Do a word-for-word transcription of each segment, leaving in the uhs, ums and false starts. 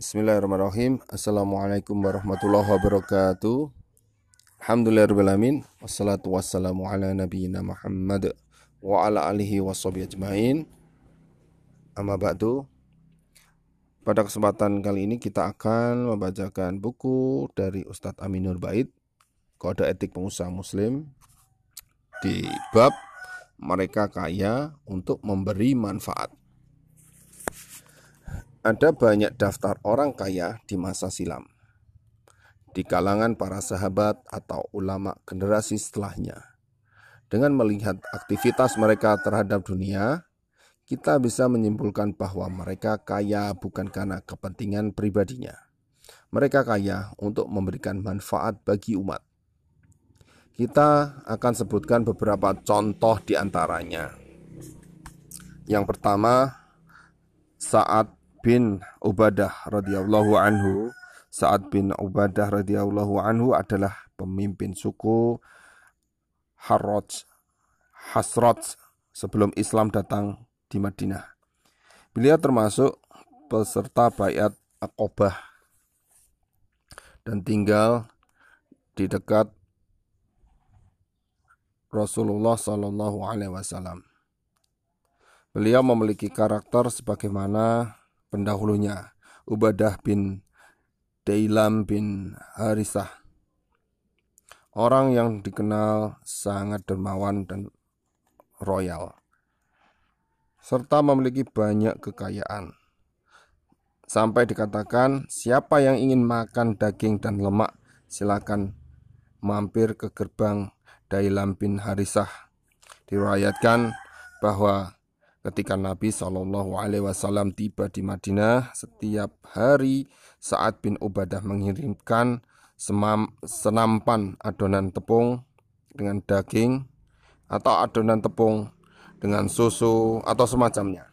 Bismillahirrahmanirrahim. Assalamualaikum warahmatullahi wabarakatuh. Alhamdulillahirrahmanirrahim. Wassalatu wassalamu ala nabiyyina Muhammad wa ala alihi washabihi ajmain. Amma ba'du. Pada kesempatan kali ini kita akan membacakan buku dari Ustadz Aminur Bait, Kode Etik Pengusaha Muslim, di bab mereka kaya untuk memberi manfaat. Ada banyak daftar orang kaya di masa silam, di kalangan para sahabat atau ulama generasi setelahnya. Dengan melihat aktivitas mereka terhadap dunia, kita bisa menyimpulkan bahwa mereka kaya bukan karena kepentingan pribadinya. Mereka kaya untuk memberikan manfaat bagi umat. Kita akan sebutkan beberapa contoh di antaranya. Yang pertama, Sa'ad bin Ubadah radhiyallahu anhu. Sa'ad bin Ubadah radhiyallahu anhu adalah pemimpin suku Harraj Hasraj sebelum Islam datang di Madinah. Beliau termasuk peserta Baiat Aqobah dan tinggal di dekat Rasulullah Shallallahu Alaihi Wasallam. Beliau memiliki karakter sebagaimana pendahulunya, Ubadah bin Dailam bin Harisah, orang yang dikenal sangat dermawan dan royal, serta memiliki banyak kekayaan. Sampai dikatakan, siapa yang ingin makan daging dan lemak, silakan mampir ke gerbang Dailam bin Harisah. Diriwayatkan bahwa ketika Nabi shallallahu alaihi wasallam tiba di Madinah, setiap hari Sa'ad bin Ubadah mengirimkan semam, senampan adonan tepung dengan daging atau adonan tepung dengan susu atau semacamnya.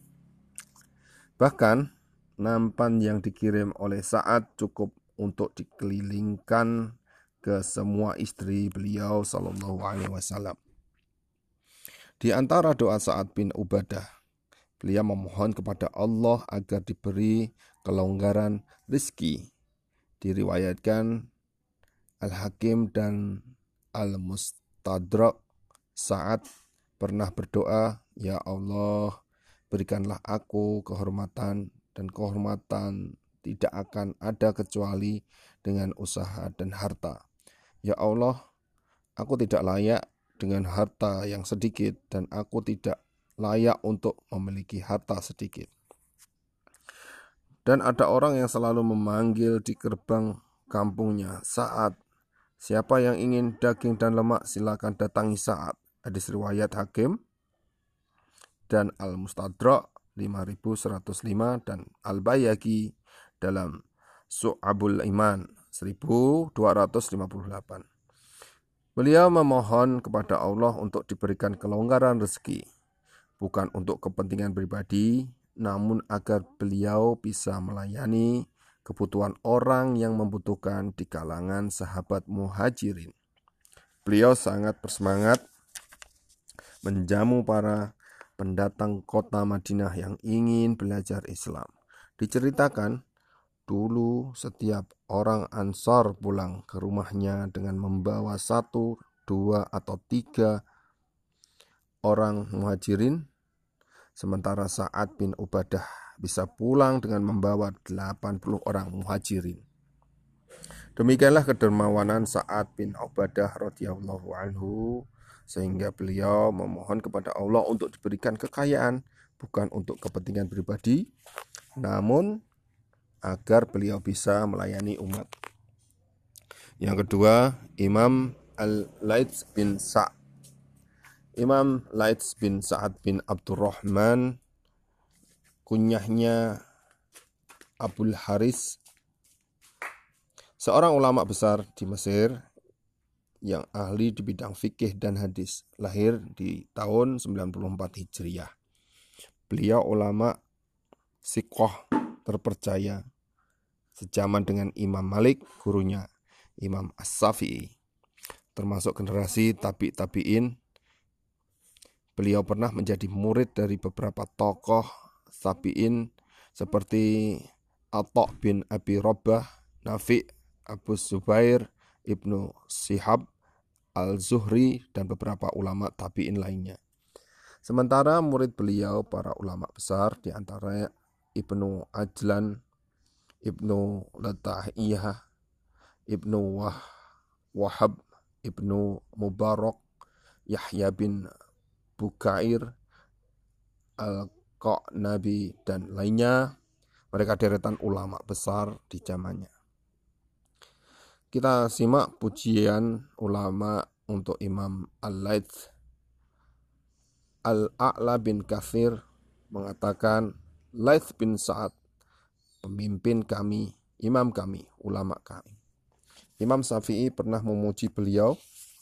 Bahkan nampan yang dikirim oleh Sa'ad cukup untuk dikelilingkan ke semua istri beliau shallallahu alaihi wasallam. Di antara doa Sa'ad bin Ubadah, beliau memohon kepada Allah agar diberi kelonggaran rizki. Diriwayatkan Al-Hakim dan Al-Mustadrak, Sa'ad pernah berdoa, "Ya Allah, berikanlah aku kehormatan, dan kehormatan tidak akan ada kecuali dengan usaha dan harta. Ya Allah, aku tidak layak dengan harta yang sedikit, dan aku tidak layak untuk memiliki harta sedikit." Dan ada orang yang selalu memanggil di gerbang kampungnya, "Sa'ad, siapa yang ingin daging dan lemak, silakan datangi Sa'ad." Hadis riwayat Hakim dan Al-Mustadrak lima ribu seratus lima dan Al-Baihaqi dalam Syu'abul Iman seribu dua ratus lima puluh delapan. Beliau memohon kepada Allah untuk diberikan kelonggaran rezeki, bukan untuk kepentingan pribadi, namun agar beliau bisa melayani kebutuhan orang yang membutuhkan di kalangan sahabat muhajirin. Beliau sangat bersemangat menjamu para pendatang kota Madinah yang ingin belajar Islam. Diceritakan, dulu setiap orang Ansar pulang ke rumahnya dengan membawa satu, dua, atau tiga orang muhajirin, sementara Sa'ad bin Ubadah bisa pulang dengan membawa delapan puluh orang muhajirin. Demikianlah kedermawanan Sa'ad bin Ubadah radhiyallahu anhu, sehingga beliau memohon kepada Allah untuk diberikan kekayaan, bukan untuk kepentingan pribadi, namun agar beliau bisa melayani umat. Yang kedua, Imam Al-Laits bin Sa'ad. Imam Laits bin Sa'ad bin Abdurrahman, kunyahnya Abul Haris, seorang ulama besar di Mesir yang ahli di bidang fikih dan hadis, lahir di tahun sembilan puluh empat Hijriah. Beliau ulama siqah terpercaya, sejaman dengan Imam Malik, gurunya Imam As-Syafi'i, termasuk generasi tabi' tabi'in. Beliau pernah menjadi murid dari beberapa tokoh tabi'in seperti Atha bin Abi Rabah, Nafi, Abu Zubair, Ibnu Shihab, Al-Zuhri, dan beberapa ulama tabi'in lainnya. Sementara murid beliau para ulama besar di antara Ibnu Ajlan, Ibnu Lata'iyah, Ibnu Wah, Wahab, Ibnu Mubarak, Yahya bin Bukair, Al-Qa'nabi, dan lainnya. Mereka deretan ulama besar di zamannya. Kita simak pujian ulama untuk Imam Al-Laits. Al-A'la bin Katsir mengatakan, Laits bin Sa'ad, pemimpin kami, imam kami, ulama kami. Imam Syafi'i pernah memuji beliau.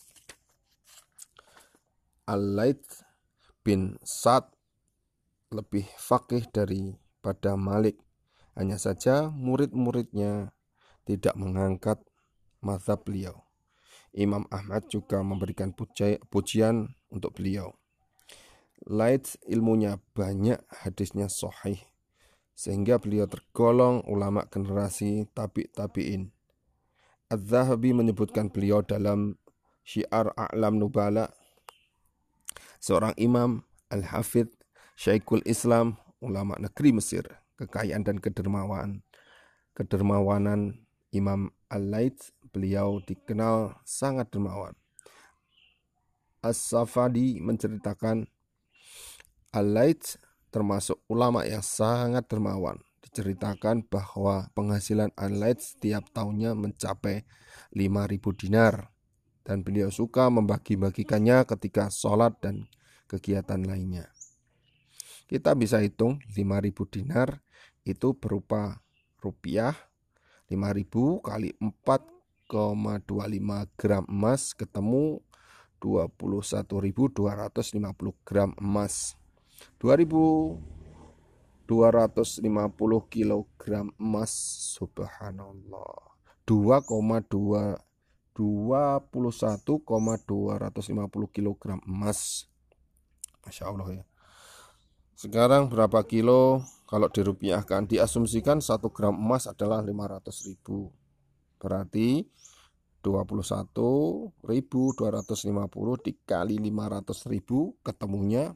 Al-Laits bin Sa'ad lebih faqih daripada Malik. Hanya saja murid-muridnya tidak mengangkat mazhab beliau. Imam Ahmad juga memberikan pujian untuk beliau. Laits ilmunya banyak, hadisnya sahih, sehingga beliau tergolong ulama generasi tabi' tabi'in. Az-Zahabi menyebutkan beliau dalam Syiar A'lam Nubala, seorang imam, al-hafidh, syekhul Islam, ulama negeri Mesir. Kekayaan dan kedermawanan kedermawanan Imam Al-Laits, beliau dikenal sangat dermawan. As-Safadi menceritakan Al-Laits termasuk ulama yang sangat dermawan. Diceritakan bahwa penghasilan Al-Laits setiap tahunnya mencapai lima ribu dinar, dan beliau suka membagi-bagikannya ketika sholat dan kegiatan lainnya. Kita bisa hitung lima ribu dinar itu berupa rupiah. Lima ribu kali empat koma dua lima gram emas ketemu dua puluh satu ribu dua ratus lima puluh gram emas. Dua ribu dua ratus lima puluh kilogram emas, subhanallah. dua koma dua dua puluh satu koma dua lima nol kilogram emas. Masya Allah ya. Sekarang berapa kilo? Kalau dirupiahkan, diasumsikan satu gram emas adalah lima ratus ribu. Berarti dua puluh satu ribu dua ratus lima puluh dikali lima ratus ribu, ketemunya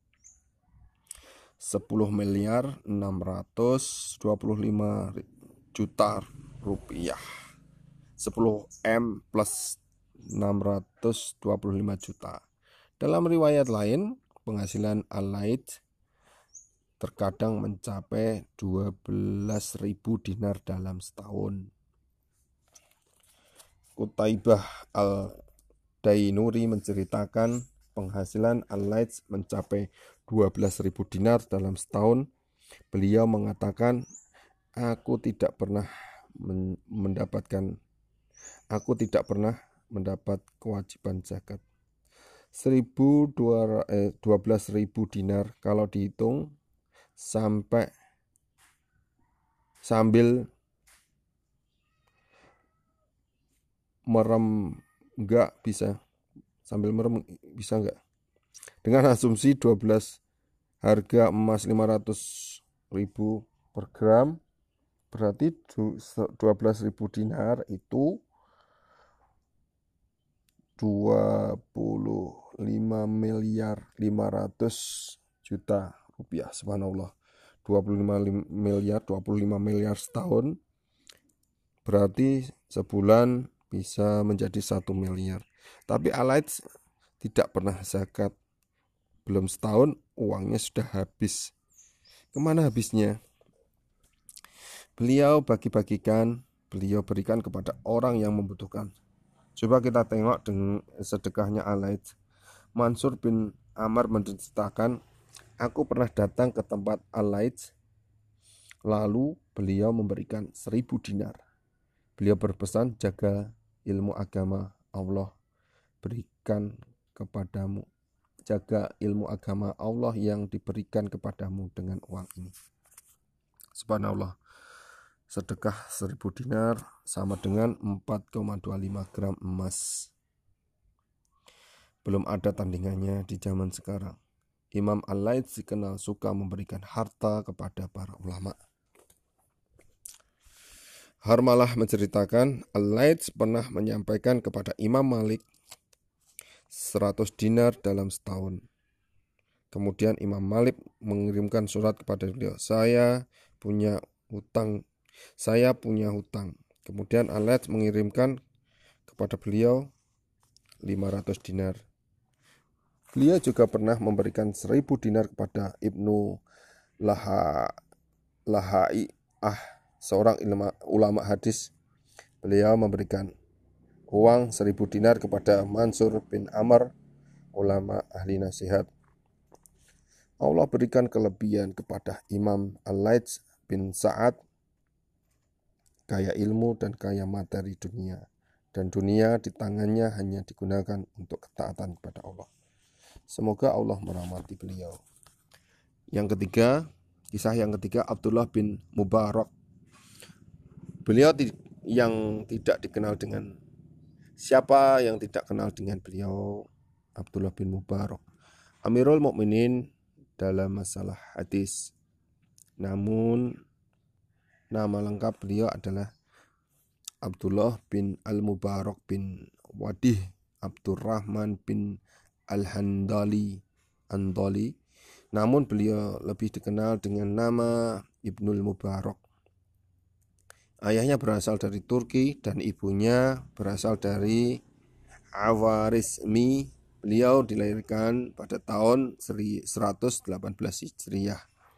sepuluh miliar enam ratus dua puluh lima juta rupiah. sepuluh M plus enam ratus dua puluh lima juta. Dalam riwayat lain, penghasilan Al-Laits terkadang mencapai dua belas ribu dinar dalam setahun. Qutaibah Al-Dainuri menceritakan penghasilan Al-Laits mencapai dua belas ribu dinar dalam setahun. Beliau mengatakan, aku tidak pernah mendapatkan aku tidak pernah mendapat kewajiban zakat. dua belas ribu dinar kalau dihitung sampai sambil merem enggak bisa sambil merem bisa enggak, dengan asumsi dua belas harga emas lima ratus ribu per gram, berarti dua belas ribu dinar itu dua puluh lima miliar lima ratus juta rupiah. Subhanallah, dua puluh lima miliar dua puluh lima miliar setahun, berarti sebulan bisa menjadi satu miliar. Tapi Al-Laits tidak pernah zakat. Belum setahun uangnya sudah habis. Kemana habisnya? Beliau bagi-bagikan, beliau berikan kepada orang yang membutuhkan. Coba kita tengok dengan sedekahnya Al-Laits. Mansur bin Amr menceritakan, aku pernah datang ke tempat Al-Laits, lalu beliau memberikan seribu dinar. Beliau berpesan, jaga ilmu agama Allah berikan kepadamu. Jaga ilmu agama Allah yang diberikan kepadamu dengan uang ini. Subhanallah, sedekah seribu dinar sama dengan empat koma dua lima gram emas. Belum ada tandingannya di zaman sekarang. Imam Al-Laits dikenal suka memberikan harta kepada para ulama. Harmalah menceritakan, Al-Laits pernah menyampaikan kepada Imam Malik seratus dinar dalam setahun. Kemudian Imam Malik mengirimkan surat kepada beliau, saya punya hutang, saya punya hutang. Kemudian Al-Laits mengirimkan kepada beliau lima ratus dinar. Beliau juga pernah memberikan seribu dinar kepada Ibnu Laha, Lahai'ah, seorang ilma, ulama hadis. Beliau memberikan uang seribu dinar kepada Mansur bin Amr, ulama ahli nasihat. Allah berikan kelebihan kepada Imam Al-Laits bin Sa'ad, kaya ilmu dan kaya materi dunia. Dan dunia di tangannya hanya digunakan untuk ketaatan kepada Allah. Semoga Allah merahmati beliau. Yang ketiga, kisah yang ketiga, Abdullah bin Mubarak. Beliau yang tidak dikenal dengan siapa yang tidak kenal dengan beliau, Abdullah bin Mubarak, Amirul Mukminin dalam masalah hadis. Namun nama lengkap beliau adalah Abdullah bin Al-Mubarak bin Wadih Abdurrahman bin Al-Handali Andali. Namun beliau lebih dikenal dengan nama Ibnul Mubarak. Ayahnya berasal dari Turki dan ibunya berasal dari Awarizmi. Beliau dilahirkan pada tahun seratus delapan belas Hijriah.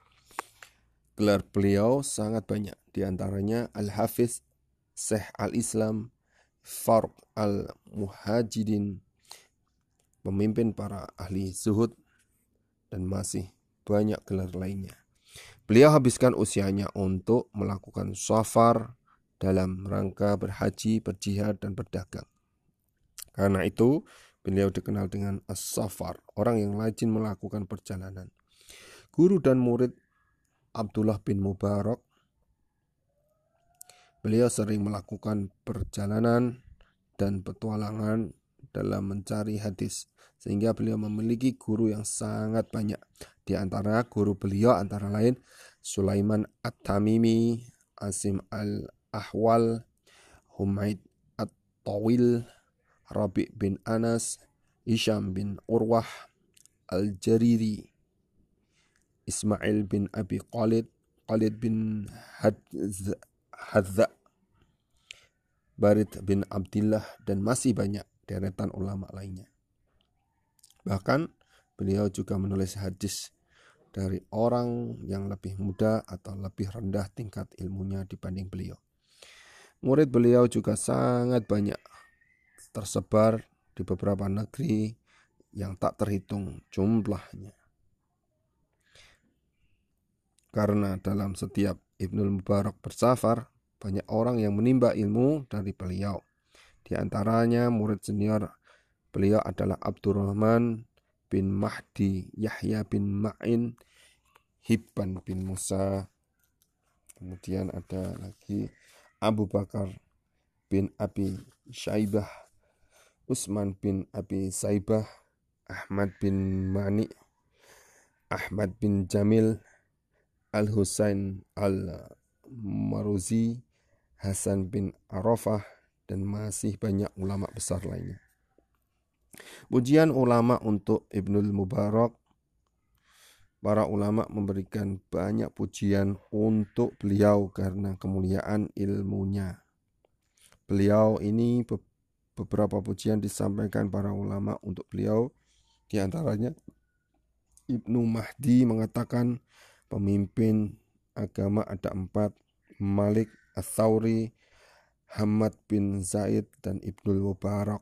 Gelar beliau sangat banyak, diantaranya Al-Hafiz, Syekh Al-Islam, Faruq Al-Muhajirin, pemimpin para ahli zuhud, dan masih banyak gelar lainnya. Beliau habiskan usianya untuk melakukan safar dalam rangka berhaji, berjihad, dan berdagang. Karena itu, beliau dikenal dengan as-safar, orang yang rajin melakukan perjalanan. Guru dan murid Abdullah bin Mubarak, beliau sering melakukan perjalanan dan petualangan dalam mencari hadis, sehingga beliau memiliki guru yang sangat banyak. Di antara guru beliau antara lain Sulaiman At-Tamimi, Asim Al-Ahwal, Humaid At-Tawil, Rabi' bin Anas, Hisham bin Urwah, Al-Jariri, Ismail bin Abi Khalid, Khalid bin Hadza, Barid bin Abdillah, dan masih banyak deretan ulama lainnya. Bahkan beliau juga menulis hadis dari orang yang lebih muda atau lebih rendah tingkat ilmunya dibanding beliau. Murid beliau juga sangat banyak, tersebar di beberapa negeri yang tak terhitung jumlahnya. Karena dalam setiap Ibnul Mubarak bersafar, banyak orang yang menimba ilmu dari beliau. Di antaranya murid senior beliau adalah Abdurrahman bin Mahdi, Yahya bin Ma'in, Hibban bin Musa. Kemudian ada lagi Abu Bakar bin Abi Syaibah, Utsman bin Abi Saibah, Ahmad bin Mani, Ahmad bin Jamil, Al-Husain Al-Maruzi, Hasan bin Arafah, dan masih banyak ulama besar lainnya. Pujian ulama untuk Ibnul Mubarak. Para ulama memberikan banyak pujian untuk beliau karena kemuliaan ilmunya. Beliau ini beberapa pujian disampaikan para ulama untuk beliau. Di antaranya Ibnu Mahdi mengatakan pemimpin agama ada empat: Malik, Ats-Tsauri, Hamad bin Zaid, dan Ibnul Mubarak.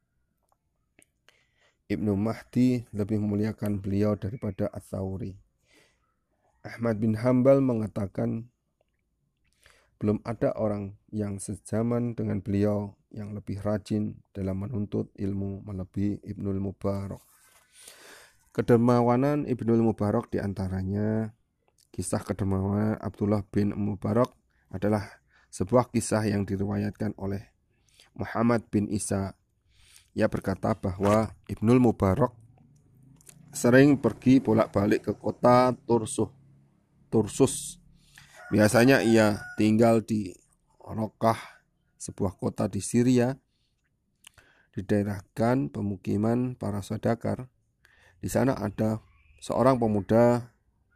Ibnu Mahdi lebih memuliakan beliau daripada Ats-Tsauri. Ahmad bin Hambal mengatakan belum ada orang yang sezaman dengan beliau yang lebih rajin dalam menuntut ilmu melebihi Ibnul Mubarak. Kedermawanan Ibnul Mubarak diantaranya kisah kedermawanan Abdullah bin Mubarak adalah sebuah kisah yang diriwayatkan oleh Muhammad bin Isa. Ia berkata bahwa Ibnul Mubarak sering pergi bolak-balik ke kota Tursuh, Tursus. Biasanya ia tinggal di Raqah, sebuah kota di Syria, didaerahkan pemukiman para saudagar. Di sana ada seorang pemuda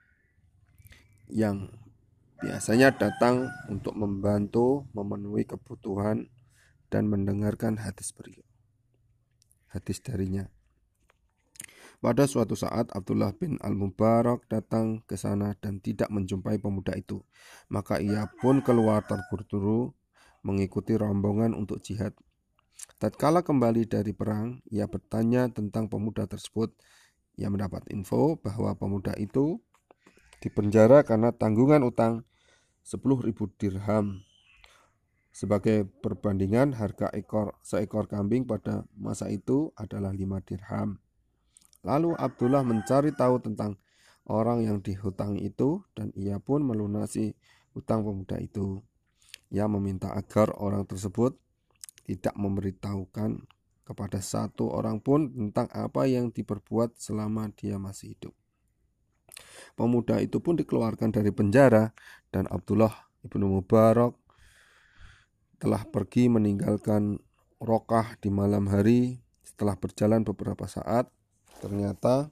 yang biasanya datang untuk membantu memenuhi kebutuhan dan mendengarkan hadis beliau, hadis darinya. Pada suatu saat Abdullah bin Al-Mubarak datang ke sana dan tidak menjumpai pemuda itu. Maka ia pun keluar terburu-buru mengikuti rombongan untuk jihad. Tatkala kembali dari perang, ia bertanya tentang pemuda tersebut. Ia mendapat info bahwa pemuda itu dipenjara karena tanggungan utang sepuluh ribu dirham. Sebagai perbandingan, harga ekor seekor kambing pada masa itu adalah lima dirham. Lalu Abdullah mencari tahu tentang orang yang dihutangi itu dan ia pun melunasi hutang pemuda itu. Ia meminta agar orang tersebut tidak memberitahukan kepada satu orang pun tentang apa yang diperbuat selama dia masih hidup. Pemuda itu pun dikeluarkan dari penjara dan Abdullah ibnu Mubarak telah pergi meninggalkan Raqah di malam hari. Setelah berjalan beberapa saat, ternyata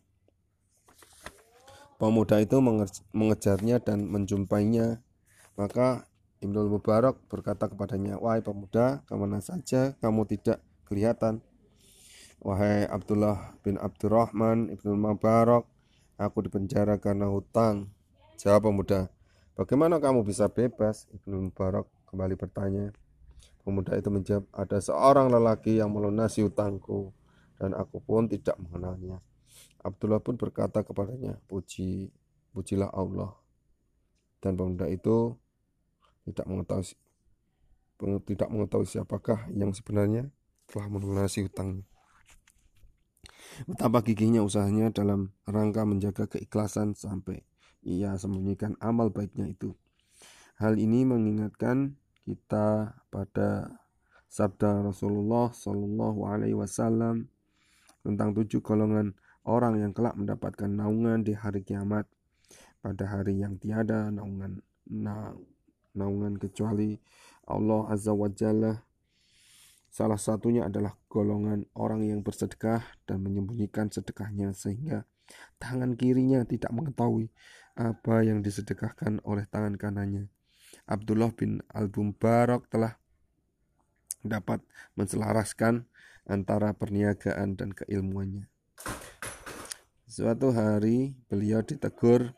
pemuda itu mengejarnya dan menjumpainya. Maka Ibnu Mubarak berkata kepadanya, "Wahai pemuda, kemana saja kamu tidak kelihatan?" "Wahai Abdullah bin Abdurrahman Ibnu Mubarak, aku dipenjara karena hutang." Jawab pemuda. "Bagaimana kamu bisa bebas?" Ibnu Mubarak kembali bertanya. Pemuda itu menjawab, "Ada seorang lelaki yang melunasi hutangku dan aku pun tidak mengenalnya." Abdullah pun berkata kepadanya, Puji, pujilah Allah. Dan pemuda itu tidak mengetahui tidak mengetahui siapakah yang sebenarnya telah melunasi hutangnya. Betapa gigihnya usahanya dalam rangka menjaga keikhlasan sampai ia sembunyikan amal baiknya itu. Hal ini mengingatkan kita pada sabda Rasulullah Shallallahu Alaihi Wasallam tentang tujuh golongan orang yang kelak mendapatkan naungan di hari kiamat. Pada hari yang tiada naungan na, naungan kecuali Allah Azza wa Jalla. Salah satunya adalah golongan orang yang bersedekah dan menyembunyikan sedekahnya sehingga tangan kirinya tidak mengetahui apa yang disedekahkan oleh tangan kanannya. Abdullah bin Al-Mubarak telah dapat menselaraskan antara perniagaan dan keilmuannya. Suatu hari beliau ditegur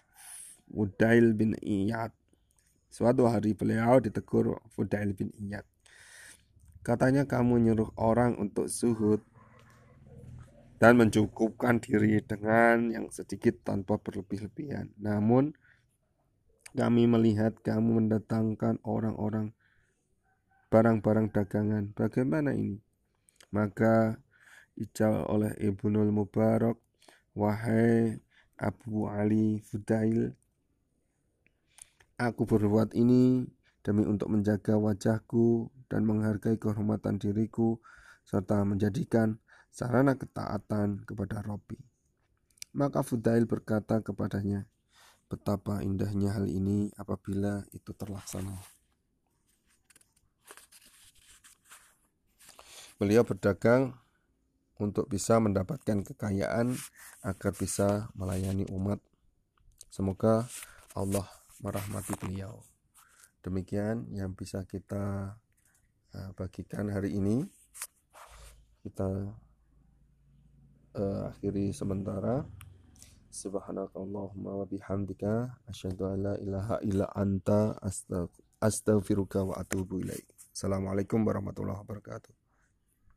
Fudail bin Iyad. Suatu hari beliau ditegur Fudail bin Iyad. Katanya, "Kamu nyuruh orang untuk zuhud dan mencukupkan diri dengan yang sedikit tanpa berlebih-lebihan. Namun kami melihat kamu mendatangkan orang-orang barang-barang dagangan. Bagaimana ini?" Maka dijawab oleh Ibnul Mubarak, "Wahai Abu Ali Fudail, aku berbuat ini demi untuk menjaga wajahku dan menghargai kehormatan diriku serta menjadikan sarana ketaatan kepada Robbi." Maka Fudail berkata kepadanya, "Betapa indahnya hal ini apabila itu terlaksana." Beliau berdagang untuk bisa mendapatkan kekayaan agar bisa melayani umat. Semoga Allah merahmati beliau. Demikian yang bisa kita uh, bagikan hari ini. Kita uh, akhiri sementara. Subhanakallahumma wa bihamdika asyhadu an la ilaha illa anta astaghfiruka wa atubu ilaik. Assalamualaikum warahmatullahi wabarakatuh.